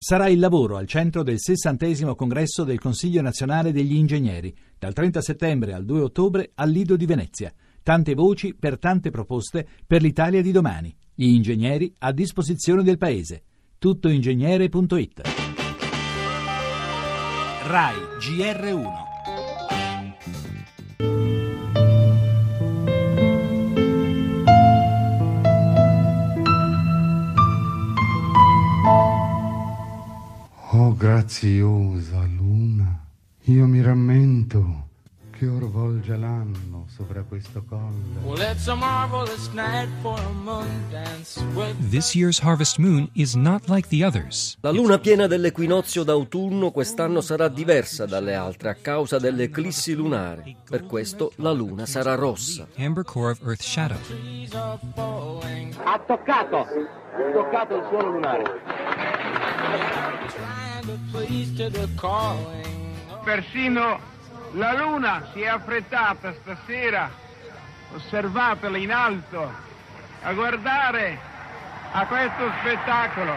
Sarà il lavoro al centro del 60° congresso del Consiglio Nazionale degli Ingegneri, dal 30 settembre al 2 ottobre al Lido di Venezia. Tante voci per tante proposte per l'Italia di domani. Gli ingegneri a disposizione del Paese. Tuttoingegnere.it. RAI GR1. Oh graziosa luna, io mi rammento che or volge l'anno sopra questo colle. Well, it's a marvelous night for a moon dance with... This year's harvest moon is not like the others. La luna piena dell'equinozio d'autunno quest'anno sarà diversa dalle altre a causa delle eclissi lunari. Per questo la luna sarà rossa. Amber core of Earth's shadow. Ha toccato il suolo lunare. Persino la luna si è affrettata stasera, osservatela in alto, a guardare a questo spettacolo.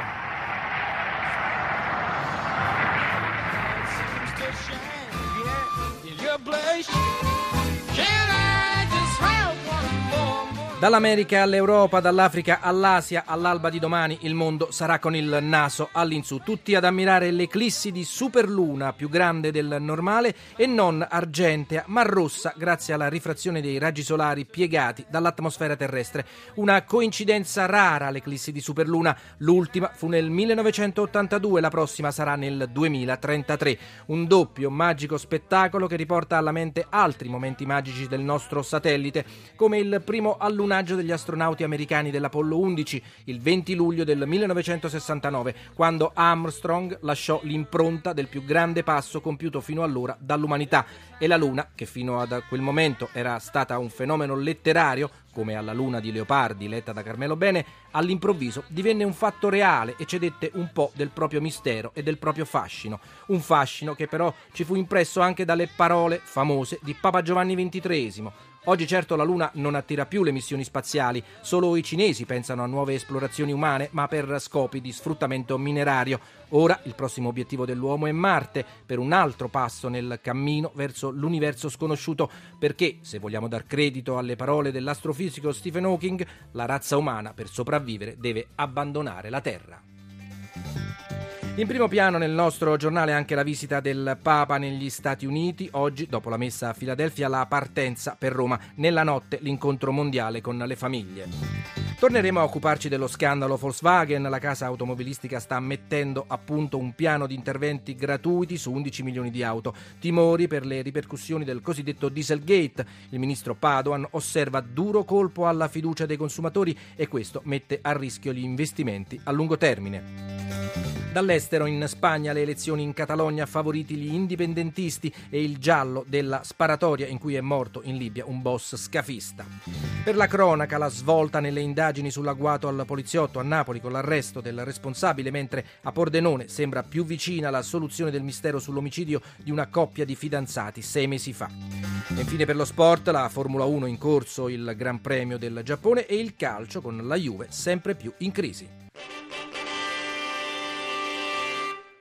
Dall'America all'Europa, dall'Africa all'Asia, all'alba di domani il mondo sarà con il naso all'insù. Tutti ad ammirare l'eclissi di superluna, più grande del normale e non argentea, ma rossa grazie alla rifrazione dei raggi solari piegati dall'atmosfera terrestre. Una coincidenza rara l'eclissi di superluna. L'ultima fu nel 1982, la prossima sarà nel 2033. Un doppio magico spettacolo che riporta alla mente altri momenti magici del nostro satellite, come il primo allunaggio degli astronauti americani dell'Apollo 11 il 20 luglio del 1969, quando Armstrong lasciò l'impronta del più grande passo compiuto fino allora dall'umanità, e la Luna, che fino a quel momento era stata un fenomeno letterario, come alla Luna di Leopardi letta da Carmelo Bene, all'improvviso divenne un fatto reale e cedette un po' del proprio mistero e del proprio fascino. Un fascino che però ci fu impresso anche dalle parole famose di Papa Giovanni XXIII. Oggi certo la Luna non attira più le missioni spaziali, solo i cinesi pensano a nuove esplorazioni umane, ma per scopi di sfruttamento minerario. Ora il prossimo obiettivo dell'uomo è Marte, per un altro passo nel cammino verso l'universo sconosciuto, perché, se vogliamo dar credito alle parole dell'astrofisico Stephen Hawking, la razza umana per sopravvivere deve abbandonare la Terra. In primo piano nel nostro giornale anche la visita del Papa negli Stati Uniti. Oggi, dopo la messa a Filadelfia, la partenza per Roma. Nella notte l'incontro mondiale con le famiglie. Torneremo a occuparci dello scandalo Volkswagen. La casa automobilistica sta mettendo a punto un piano di interventi gratuiti su 11 milioni di auto. Timori per le ripercussioni del cosiddetto Dieselgate. Il ministro Padoan osserva duro colpo alla fiducia dei consumatori e questo mette a rischio gli investimenti a lungo termine. Dall'estero, in Spagna, le elezioni in Catalogna, favoriti gli indipendentisti e il giallo della sparatoria in cui è morto in Libia un boss scafista. Per la cronaca, la svolta nelle indagini sull'agguato al poliziotto a Napoli con l'arresto del responsabile, mentre a Pordenone sembra più vicina la soluzione del mistero sull'omicidio di una coppia di fidanzati 6 mesi fa. E infine per lo sport, la Formula 1 in corso, il Gran Premio del Giappone e il calcio con la Juve sempre più in crisi.